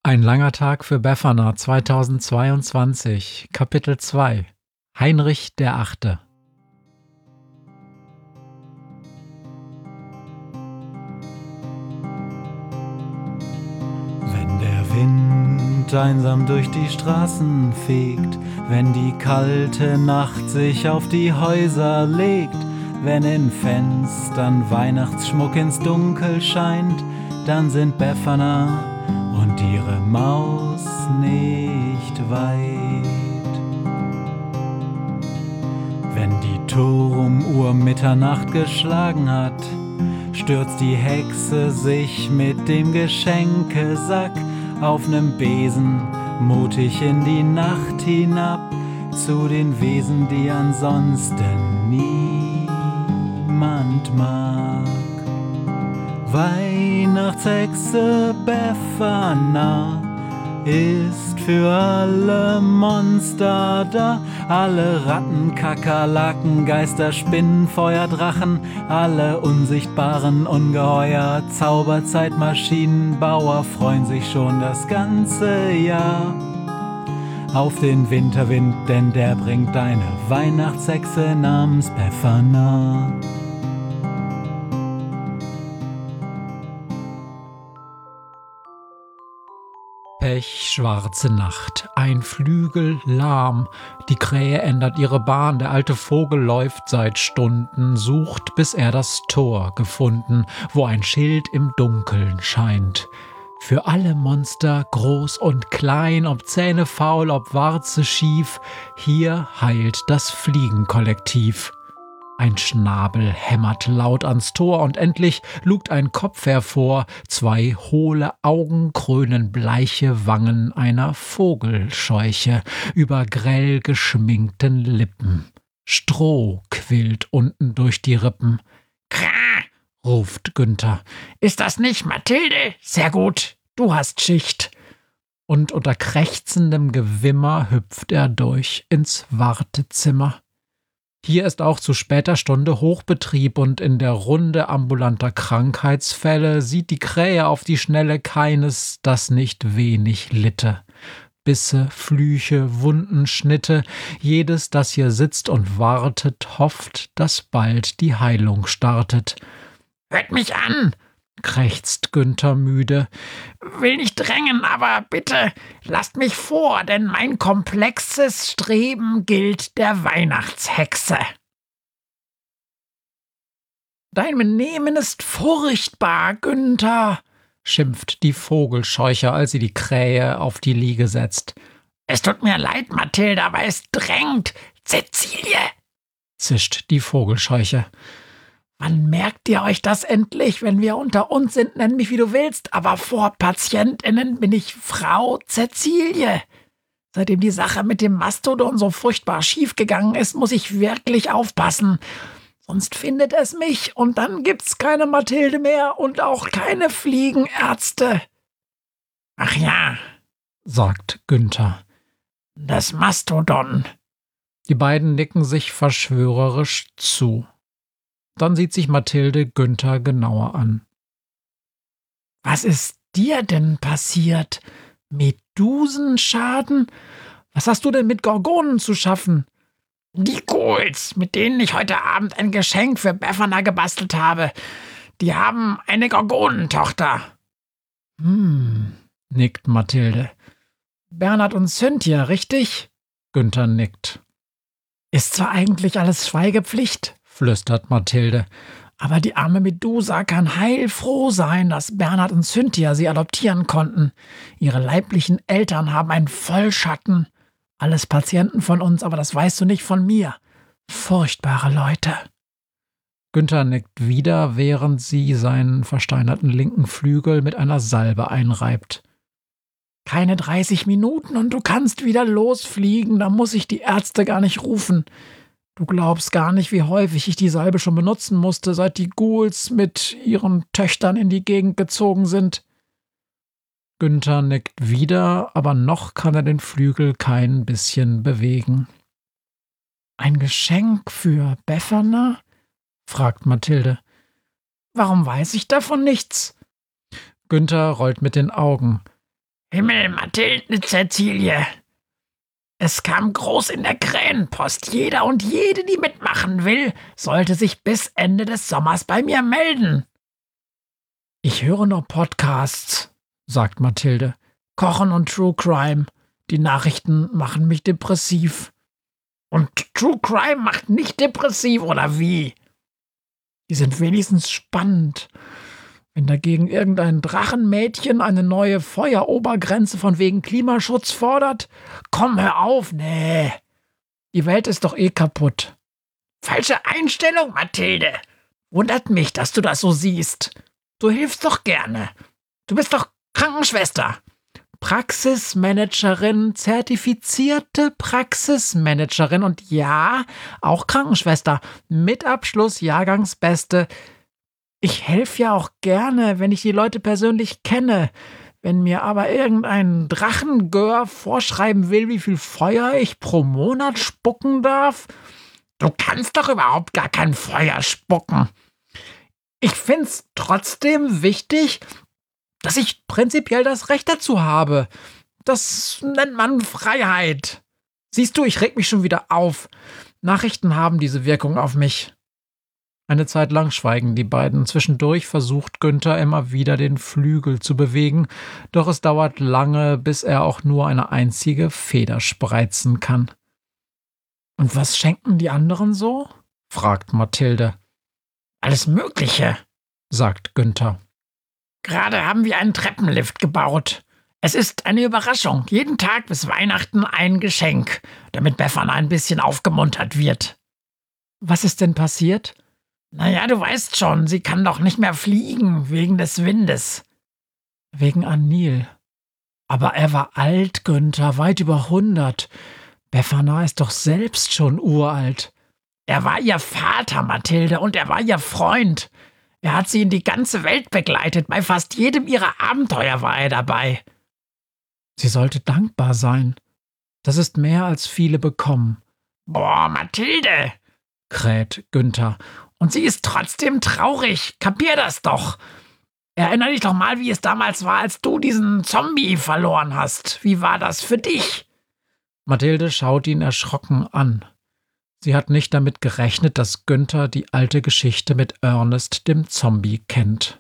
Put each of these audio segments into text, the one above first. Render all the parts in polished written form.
Ein langer Tag für Befana 2022, Kapitel 2 Heinrich der Achte. Wenn der Wind einsam durch die Straßen fegt, wenn die kalte Nacht sich auf die Häuser legt, wenn in Fenstern Weihnachtsschmuck ins Dunkel scheint, dann sind Befana und ihre Maus nicht weit. Wenn die Turmuhr Mitternacht geschlagen hat, stürzt die Hexe sich mit dem Geschenkesack auf nem Besen mutig in die Nacht hinab zu den Wesen, die ansonsten niemand mag. Weihnachtshexe Befana ist für alle Monster da. Alle Ratten, Kakerlaken, Geister, Spinnen, Feuer, Drachen, alle unsichtbaren Ungeheuer, Zauberzeitmaschinenbauer freuen sich schon das ganze Jahr auf den Winterwind, denn der bringt eine Weihnachtshexe namens Befana. Pechschwarze Nacht, ein Flügel lahm, die Krähe ändert ihre Bahn, der alte Vogel läuft seit Stunden, sucht, bis er das Tor gefunden, wo ein Schild im Dunkeln scheint. Für alle Monster, groß und klein, ob Zähne faul, ob Warze schief, hier heilt das Fliegenkollektiv. Ein Schnabel hämmert laut ans Tor und endlich lugt ein Kopf hervor, zwei hohle Augen krönen bleiche Wangen einer Vogelscheuche über grell geschminkten Lippen. Stroh quillt unten durch die Rippen. »Krah«, ruft Günther. »Ist das nicht Mathilde? Sehr gut, du hast Schicht.« Und unter krächzendem Gewimmer hüpft er durch ins Wartezimmer. Hier ist auch zu später Stunde Hochbetrieb und in der Runde ambulanter Krankheitsfälle sieht die Krähe auf die Schnelle keines, das nicht wenig litte. Bisse, Flüche, Wunden, Schnitte, jedes, das hier sitzt und wartet, hofft, dass bald die Heilung startet. »Hört mich an«, krächzt Günther müde. »Will nicht drängen, aber bitte, lasst mich vor, denn mein komplexes Streben gilt der Weihnachtshexe.« »Dein Benehmen ist furchtbar, Günther«, schimpft die Vogelscheuche, als sie die Krähe auf die Liege setzt. »Es tut mir leid, Mathilde, aber es drängt. Cäcilie«, zischt die Vogelscheuche. »Wann merkt ihr euch das endlich? Wenn wir unter uns sind, nenn mich wie du willst, aber vor PatientInnen bin ich Frau Cäcilie. Seitdem die Sache mit dem Mastodon so furchtbar schief gegangen ist, muss ich wirklich aufpassen. Sonst findet es mich und dann gibt's keine Mathilde mehr und auch keine Fliegenärzte.« »Ach ja«, sagt Günther, »das Mastodon.« Die beiden nicken sich verschwörerisch zu. Dann sieht sich Mathilde Günther genauer an. »Was ist dir denn passiert? Medusenschaden? Was hast du denn mit Gorgonen zu schaffen?« »Die Ghouls, mit denen ich heute Abend ein Geschenk für Befana gebastelt habe. Die haben eine Gorgonentochter.« Nickt Mathilde. »Bernhard und Cynthia, richtig?« Günther nickt. »Ist zwar eigentlich alles Schweigepflicht«, flüstert Mathilde, »aber die arme Medusa kann heilfroh sein, dass Bernhard und Cynthia sie adoptieren konnten. Ihre leiblichen Eltern haben einen Vollschatten. Alles Patienten von uns, aber das weißt du nicht von mir. Furchtbare Leute.« Günther nickt wieder, während sie seinen versteinerten linken Flügel mit einer Salbe einreibt. »Keine 30 Minuten und du kannst wieder losfliegen, da muss ich die Ärzte gar nicht rufen. Du glaubst gar nicht, wie häufig ich die Salbe schon benutzen musste, seit die Ghouls mit ihren Töchtern in die Gegend gezogen sind.« Günther nickt wieder, aber noch kann er den Flügel kein bisschen bewegen. »Ein Geschenk für Befana?« fragt Mathilde. »Warum weiß ich davon nichts?« Günther rollt mit den Augen. Himmel, Mathilde, Cäcilie. Es kam groß in der Krähenpost. Jeder und jede, die mitmachen will, sollte sich bis Ende des Sommers bei mir melden. Ich höre nur Podcasts, sagt Mathilde. Kochen und True Crime. Die Nachrichten machen mich depressiv. Und True Crime macht nicht depressiv, oder wie? Die sind wenigstens spannend. Wenn dagegen irgendein Drachenmädchen eine neue Feuerobergrenze von wegen Klimaschutz fordert, komm, hör auf, nee. Die Welt ist doch eh kaputt. Falsche Einstellung, Mathilde. Wundert mich, dass du das so siehst. Du hilfst doch gerne. Du bist doch Krankenschwester. Praxismanagerin, zertifizierte Praxismanagerin und ja, auch Krankenschwester, mit Abschluss, Jahrgangsbeste. Ich helfe ja auch gerne, wenn ich die Leute persönlich kenne. Wenn mir aber irgendein Drachengör vorschreiben will, wie viel Feuer ich pro Monat spucken darf. Du kannst doch überhaupt gar kein Feuer spucken. Ich find's trotzdem wichtig, dass ich prinzipiell das Recht dazu habe. Das nennt man Freiheit. Siehst du, ich reg mich schon wieder auf. Nachrichten haben diese Wirkung auf mich. Eine Zeit lang schweigen die beiden. Zwischendurch versucht Günther immer wieder den Flügel zu bewegen, doch es dauert lange, bis er auch nur eine einzige Feder spreizen kann. »Und was schenken die anderen so?« fragt Mathilde. »Alles Mögliche«, sagt Günther. »Gerade haben wir einen Treppenlift gebaut. Es ist eine Überraschung. Jeden Tag bis Weihnachten ein Geschenk, damit Befana ein bisschen aufgemuntert wird.« »Was ist denn passiert?« »Naja, du weißt schon, sie kann doch nicht mehr fliegen, wegen des Windes.« »Wegen Anil. Aber er war alt, Günther, weit über 100. Befana ist doch selbst schon uralt.« »Er war ihr Vater, Mathilde, und er war ihr Freund. Er hat sie in die ganze Welt begleitet. Bei fast jedem ihrer Abenteuer war er dabei.« »Sie sollte dankbar sein. Das ist mehr, als viele bekommen.« »Boah, Mathilde«, kräht Günther. »Und sie ist trotzdem traurig. Kapier das doch. Erinner dich doch mal, wie es damals war, als du diesen Zombie verloren hast. Wie war das für dich?« Mathilde schaut ihn erschrocken an. Sie hat nicht damit gerechnet, dass Günther die alte Geschichte mit Ernest, dem Zombie, kennt.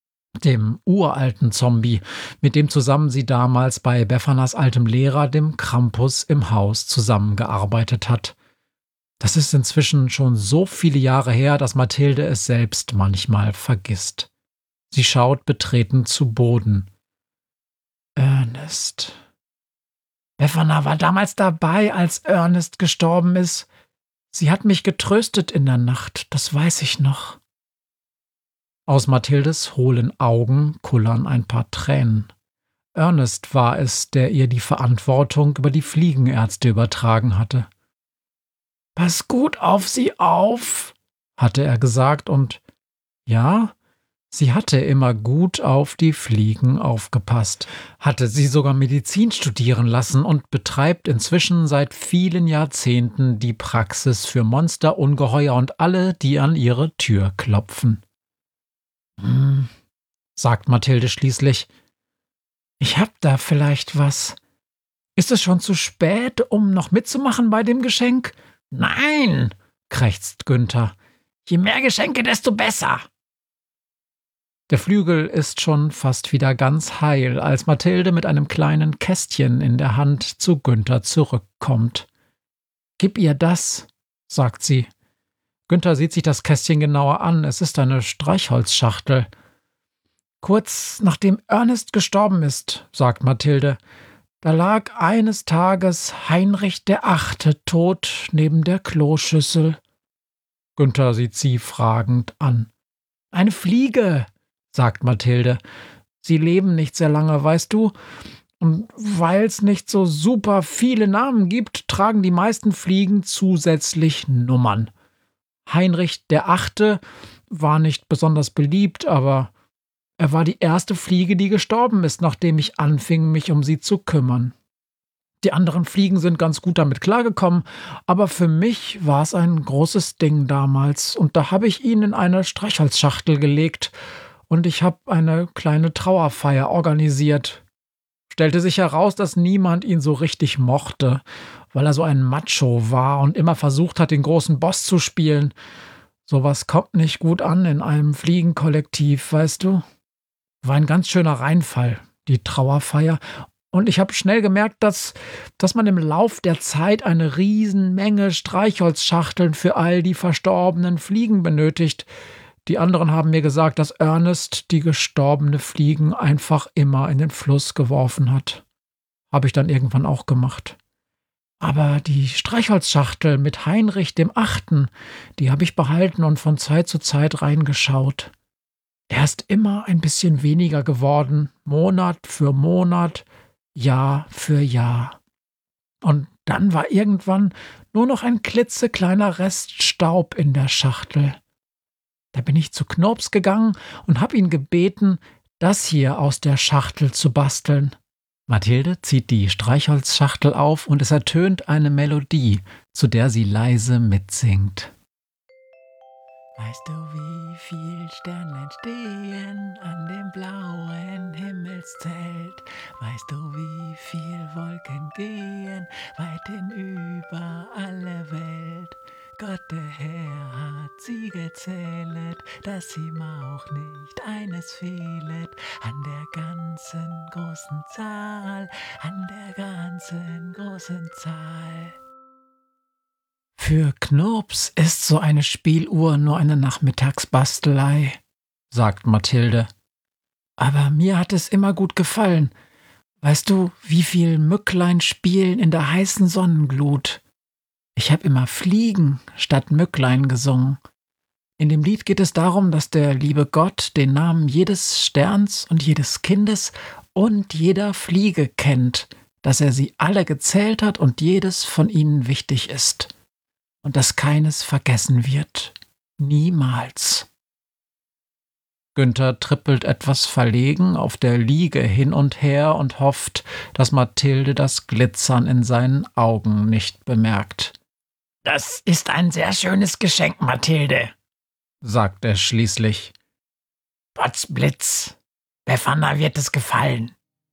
Dem uralten Zombie, mit dem zusammen sie damals bei Befanas altem Lehrer, dem Krampus, im Haus zusammengearbeitet hat. Das ist inzwischen schon so viele Jahre her, dass Mathilde es selbst manchmal vergisst. Sie schaut betreten zu Boden. Ernest. Befana war damals dabei, als Ernest gestorben ist. Sie hat mich getröstet in der Nacht, das weiß ich noch. Aus Mathildes hohlen Augen kullern ein paar Tränen. Ernest war es, der ihr die Verantwortung über die Fliegenärzte übertragen hatte. »Pass gut auf sie auf«, hatte er gesagt, und ja, sie hatte immer gut auf die Fliegen aufgepasst, hatte sie sogar Medizin studieren lassen und betreibt inzwischen seit vielen Jahrzehnten die Praxis für Monster, Ungeheuer und alle, die an ihre Tür klopfen. Sagt Mathilde schließlich. »Ich hab da vielleicht was. Ist es schon zu spät, um noch mitzumachen bei dem Geschenk?« »Nein«, krächzt Günther. »Je mehr Geschenke, desto besser.« Der Flügel ist schon fast wieder ganz heil, als Mathilde mit einem kleinen Kästchen in der Hand zu Günther zurückkommt. »Gib ihr das«, sagt sie. Günther sieht sich das Kästchen genauer an. Es ist eine Streichholzschachtel. »Kurz nachdem Ernest gestorben ist«, sagt Mathilde, »da lag eines Tages Heinrich der Achte tot neben der Kloschüssel.« Günther sieht sie fragend an. »Eine Fliege«, sagt Mathilde. »Sie leben nicht sehr lange, weißt du? Und weil's nicht so super viele Namen gibt, tragen die meisten Fliegen zusätzlich Nummern. Heinrich der Achte war nicht besonders beliebt, aber er war die erste Fliege, die gestorben ist, nachdem ich anfing, mich um sie zu kümmern. Die anderen Fliegen sind ganz gut damit klargekommen, aber für mich war es ein großes Ding damals, und da habe ich ihn in eine Streichholzschachtel gelegt und ich habe eine kleine Trauerfeier organisiert. stellte sich heraus, dass niemand ihn so richtig mochte, weil er so ein Macho war und immer versucht hat, den großen Boss zu spielen. Sowas kommt nicht gut an in einem Fliegenkollektiv, weißt du? War ein ganz schöner Reinfall, die Trauerfeier. Und ich habe schnell gemerkt, dass man im Lauf der Zeit eine Riesenmenge Streichholzschachteln für all die verstorbenen Fliegen benötigt. Die anderen haben mir gesagt, dass Ernest die gestorbene Fliegen einfach immer in den Fluss geworfen hat. Habe ich dann irgendwann auch gemacht. Aber die Streichholzschachtel mit Heinrich dem Achten, die habe ich behalten und von Zeit zu Zeit reingeschaut. Er ist immer ein bisschen weniger geworden, Monat für Monat, Jahr für Jahr. Und dann war irgendwann nur noch ein klitzekleiner Rest Staub in der Schachtel. Da bin ich zu Knirps gegangen und habe ihn gebeten, das hier aus der Schachtel zu basteln. Mathilde zieht die Streichholzschachtel auf und es ertönt eine Melodie, zu der sie leise mitsingt. Weißt du, wie viel Sternlein stehen an dem blauen Himmelszelt? Weißt du, wie viel Wolken gehen weit hinüber alle Welt? Gott, der Herr hat sie gezählet, dass ihm auch nicht eines fehlet. An der ganzen großen Zahl, an der ganzen großen Zahl. Für Knirps ist so eine Spieluhr nur eine Nachmittagsbastelei, sagt Mathilde. Aber mir hat es immer gut gefallen. Weißt du, wie viel Mücklein spielen in der heißen Sonnenglut? Ich habe immer Fliegen statt Mücklein gesungen. In dem Lied geht es darum, dass der liebe Gott den Namen jedes Sterns und jedes Kindes und jeder Fliege kennt, dass er sie alle gezählt hat und jedes von ihnen wichtig ist. Und dass keines vergessen wird. Niemals. Günther trippelt etwas verlegen auf der Liege hin und her und hofft, dass Mathilde das Glitzern in seinen Augen nicht bemerkt. Das ist ein sehr schönes Geschenk, Mathilde, sagt er schließlich. Potzblitz, Befana wird es gefallen.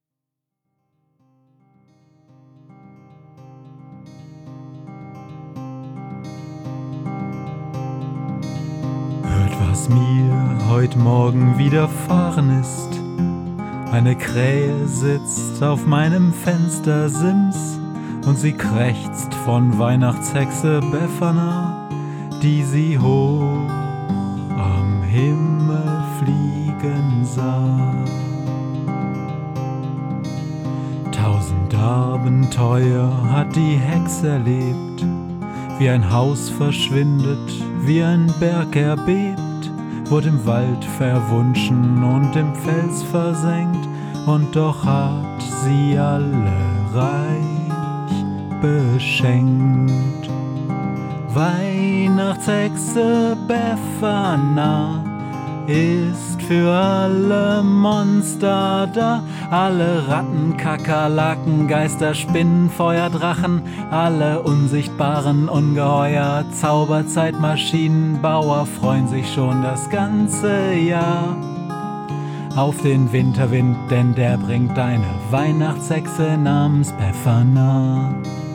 Hört, was mir heut Morgen widerfahren ist. Eine Krähe sitzt auf meinem Fenstersims und sie krächzt von Weihnachtshexe Befana, die sie hoch am Himmel fliegen sah. 1000 Abenteuer hat die Hexe erlebt, wie ein Haus verschwindet, wie ein Berg erbebt, wurde im Wald verwunschen und im Fels versenkt, und doch hat sie alle reich beschenkt. Weihnachtshexe Befana ist für alle Monster da, alle Ratten, Kakerlaken, Geister, Spinnen, Feuer, Drachen, alle unsichtbaren Ungeheuer, Zauberzeitmaschinenbauer freuen sich schon das ganze Jahr auf den Winterwind, denn der bringt eine Weihnachtshexe namens Befana.